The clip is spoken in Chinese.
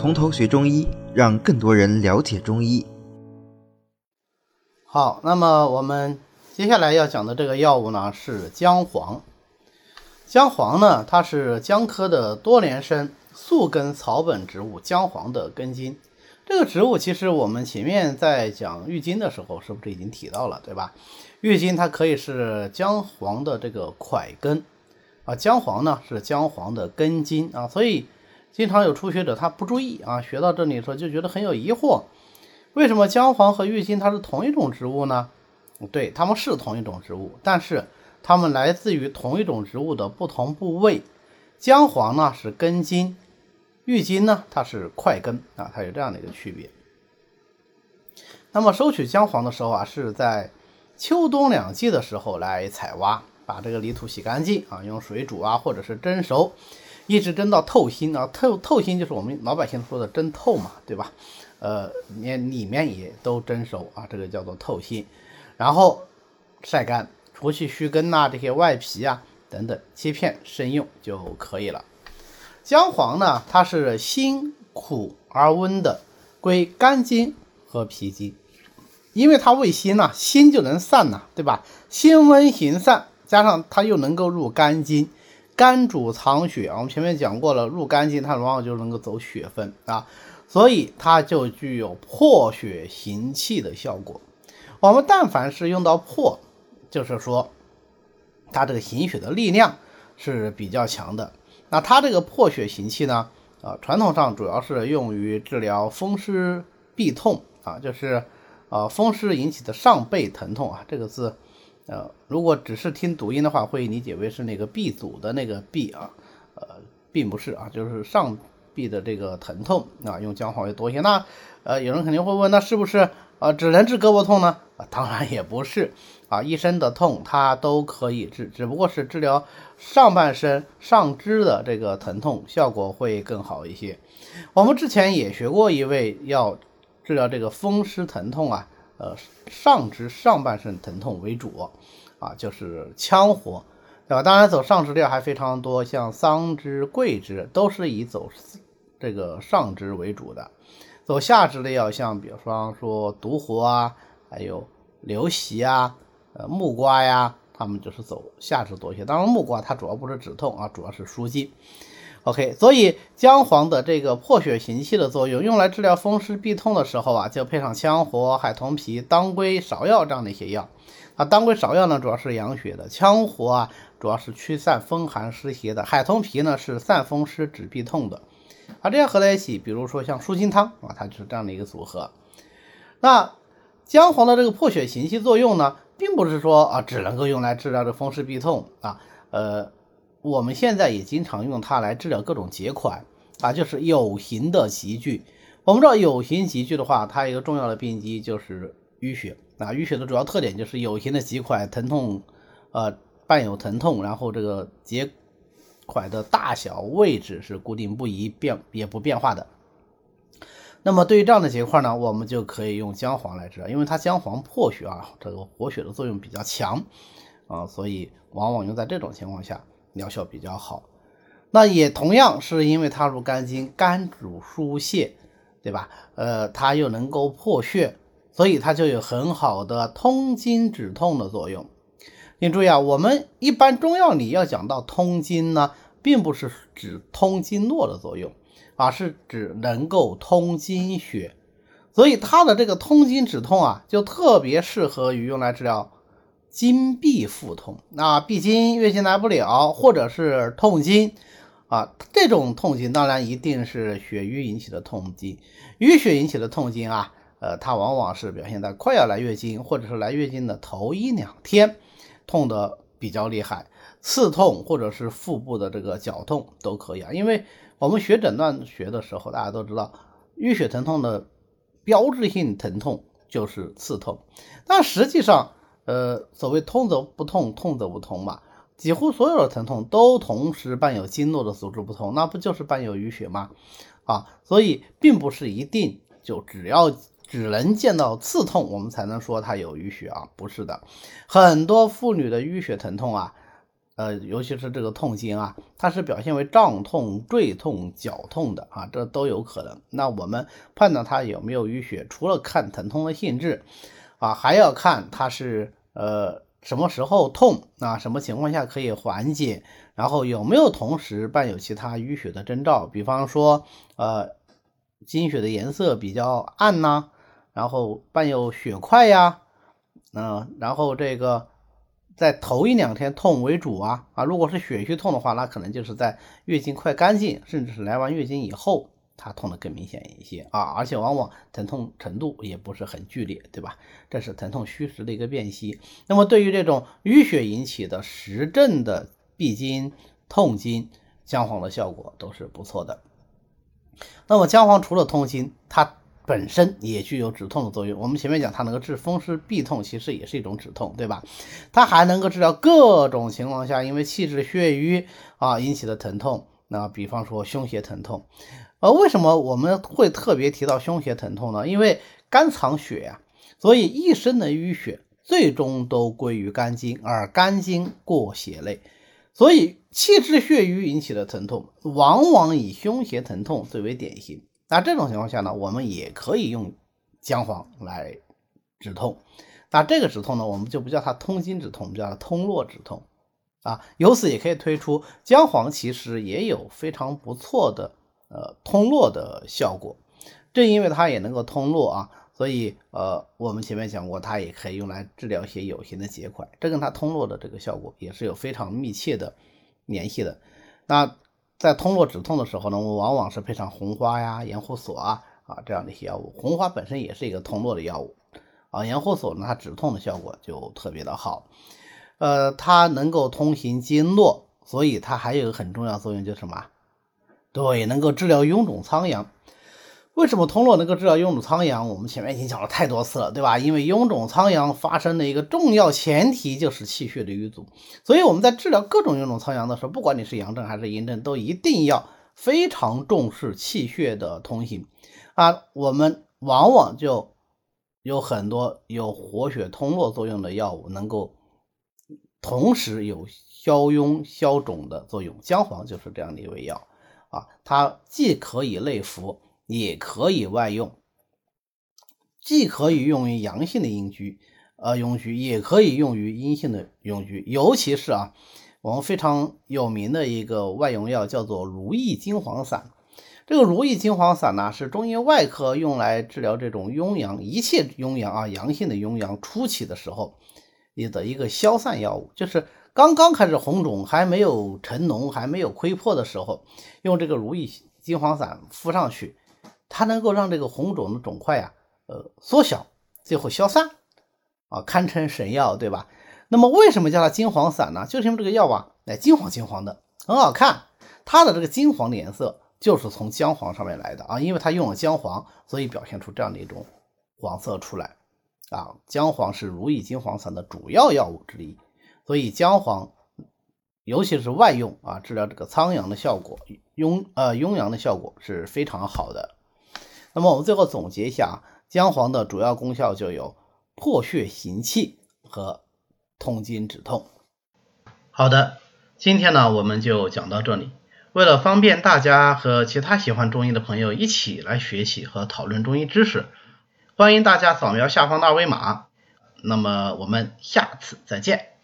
从头学中医，让更多人了解中医。 好，那么我们接下来要讲的这个药物呢是姜黄。姜黄呢，它是姜科的多年生宿根草本植物姜黄的根茎。这个植物其实我们前面在讲郁金的时候是不是已经提到了，对吧？郁金它可以是姜黄的这个块根啊，姜黄呢是姜黄的根茎啊，所以经常有初学者他不注意啊，学到这里的时候就觉得很有疑惑，为什么姜黄和郁金它是同一种植物呢？对，它们是同一种植物，但是它们来自于同一种植物的不同部位。姜黄呢是根茎，郁金呢它是块根啊，它有这样的一个区别。那么收取姜黄的时候啊，是在秋冬两季的时候来采挖，把这个泥土洗干净啊，用水煮啊，或者是蒸熟，一直蒸到透心啊，透心就是我们老百姓说的蒸透嘛，对吧？里面也都蒸熟啊，这个叫做透心，然后晒干，除去须根啊这些外皮啊等等，切片生用就可以了。姜黄呢，它是辛苦而温的，归肝经和脾经，因为它味辛啊，辛就能散呐，对吧？辛温行散，加上它又能够入肝经，肝主藏血啊，我们前面讲过了，入肝经它往往就能够走血分啊，所以它就具有破血行气的效果。我们但凡是用到破，就是说它这个行血的力量是比较强的。那它这个破血行气呢，传统上主要是用于治疗风湿痹痛啊，就是风湿引起的上背疼痛啊，这个字如果只是听读音的话，会理解为是那个痹阻的那个痹啊，并不是啊，就是上臂的这个疼痛啊，用姜黄会多一些。那有人肯定会问，那是不是只能治胳膊痛呢？当然也不是啊，一身的痛它都可以治，只不过是治疗上半身上肢的这个疼痛效果会更好一些。我们之前也学过一味要治疗这个风湿疼痛啊，上肢上半身疼痛为主啊，就是羌活，对吧？当然走上肢的还非常多，像桑枝、桂枝都是以走这个上肢为主的。走下肢的药像比方说独活啊，还有刘席啊、木瓜呀，他们就是走下肢多一些。当然木瓜它主要不是止痛啊，主要是舒筋。OK， 所以姜黄的这个破血行气的作用，用来治疗风湿痹痛的时候啊，就配上羌活、海桐皮、当归、芍药这样的一些药。当归、芍药呢主要是养血的，羌活啊主要是驱散风寒湿邪的，海桐皮呢是散风湿止痹痛的。这样合在一起，比如说像舒筋汤啊，它就是这样的一个组合。那姜黄的这个破血行气作用呢，并不是说只能够用来治疗这风湿痹痛啊，我们现在也经常用它来治疗各种结块啊，就是有形的急聚。我们知道有形急聚的话，它一个重要的病机就是淤血啊，淤血的主要特点就是有形的结块疼痛，伴有疼痛，然后这个结块的大小位置是固定不移，也不变化的。那么对于这样的结块呢，我们就可以用姜黄来治疗，因为它姜黄破血啊，这个活血的作用比较强啊，所以往往用在这种情况下疗效比较好。那也同样是因为它入肝经，肝主疏泄，对吧？它又能够破血，所以它就有很好的通经止痛的作用。请注意啊，我们一般中药里要讲到通经呢，并不是指通经络的作用是指能够通经血，所以它的这个通经止痛啊，就特别适合于用来治疗经闭腹痛。闭经、月经来不了，或者是痛经这种痛经当然一定是血瘀引起的痛经。淤血引起的痛经它往往是表现在快要来月经，或者是来月经的头1-2天，痛的比较厉害，刺痛或者是腹部的这个绞痛都可以因为我们学诊断学的时候，大家都知道淤血疼痛的标志性疼痛就是刺痛，但实际上所谓通则不痛，痛则不通嘛，几乎所有的疼痛都同时伴有经络的组织不通，那不就是伴有淤血吗？所以并不是一定就只能见到刺痛我们才能说它有淤血不是的。很多妇女的淤血疼痛尤其是这个痛经啊，它是表现为胀痛、坠痛、绞痛的啊，这都有可能。那我们判断它有没有淤血，除了看疼痛的性质啊，还要看它是什么时候痛啊，什么情况下可以缓解，然后有没有同时伴有其他淤血的征兆，比方说经血的颜色比较暗呐，然后伴有血块呀，然后这个在头1、2天痛为主啊，如果是血虚痛的话，那可能就是在月经快干净，甚至是来完月经以后，它痛得更明显一些啊，而且往往疼痛程度也不是很剧烈，对吧？这是疼痛虚实的一个辨析。那么对于这种淤血引起的实证的闭经、痛经，姜黄的效果都是不错的。那么姜黄除了通经，它本身也具有止痛的作用。我们前面讲它能够治风湿痹痛，其实也是一种止痛，对吧？它还能够治疗各种情况下因为气滞血瘀引起的疼痛，那比方说胸胁疼痛。为什么我们会特别提到胸胁疼痛呢？因为肝藏血呀，所以一身的淤血最终都归于肝经，而肝经过血类，所以气滞血瘀引起的疼痛往往以胸胁疼痛最为典型。那这种情况下呢，我们也可以用姜黄来止痛。那这个止痛呢，我们就不叫它通经止痛，我们叫它通络止痛由此也可以推出姜黄其实也有非常不错的通络的效果。正因为它也能够通络所以我们前面讲过，它也可以用来治疗一些有形的结块，这跟它通络的这个效果也是有非常密切的联系的。那在通络止痛的时候呢，我们往往是配上红花呀、盐胡索这样的一些药物。红花本身也是一个通络的药物盐胡索呢，它止痛的效果就特别的好。它能够通行经络，所以它还有一个很重要的作用，就是什么？对，能够治疗臃肿苍阳。为什么通络能够治疗臃肿苍阳？我们前面已经讲了太多次了，对吧？因为臃肿苍阳发生的一个重要前提就是气血的瘀阻，所以我们在治疗各种臃肿苍阳的时候，不管你是阳症还是阴症，都一定要非常重视气血的通行我们往往就有很多有活血通络作用的药物，能够同时有消痈消肿的作用。姜黄就是这样的一味药它既可以内服，也可以外用，既可以用于阳性的痈疽，也可以用于阴性的痈疽。尤其是我们非常有名的一个外用药叫做如意金黄散。这个如意金黄散呢，是中医外科用来治疗这种痈疡，一切痈疡阳性的痈疡初期的时候的一个消散药物，就是刚刚开始红肿，还没有成脓，还没有溃破的时候，用这个如意金黄散敷上去，它能够让这个红肿的肿块缩小，最后消散堪称神药，对吧？那么为什么叫它金黄散呢？就是因为这个药金黄金黄的，很好看，它的这个金黄的颜色就是从姜黄上面来的因为它用了姜黄，所以表现出这样的一种黄色出来姜黄是如意金黄散的主要药物之一，所以姜黄尤其是外用治疗这个苍阳的效果、痈疡的效果是非常好的。那么我们最后总结一下姜黄的主要功效就有破血行气和通经止痛。好的，今天呢我们就讲到这里。为了方便大家和其他喜欢中医的朋友一起来学习和讨论中医知识，欢迎大家扫描下方的二维码。那么我们下次再见。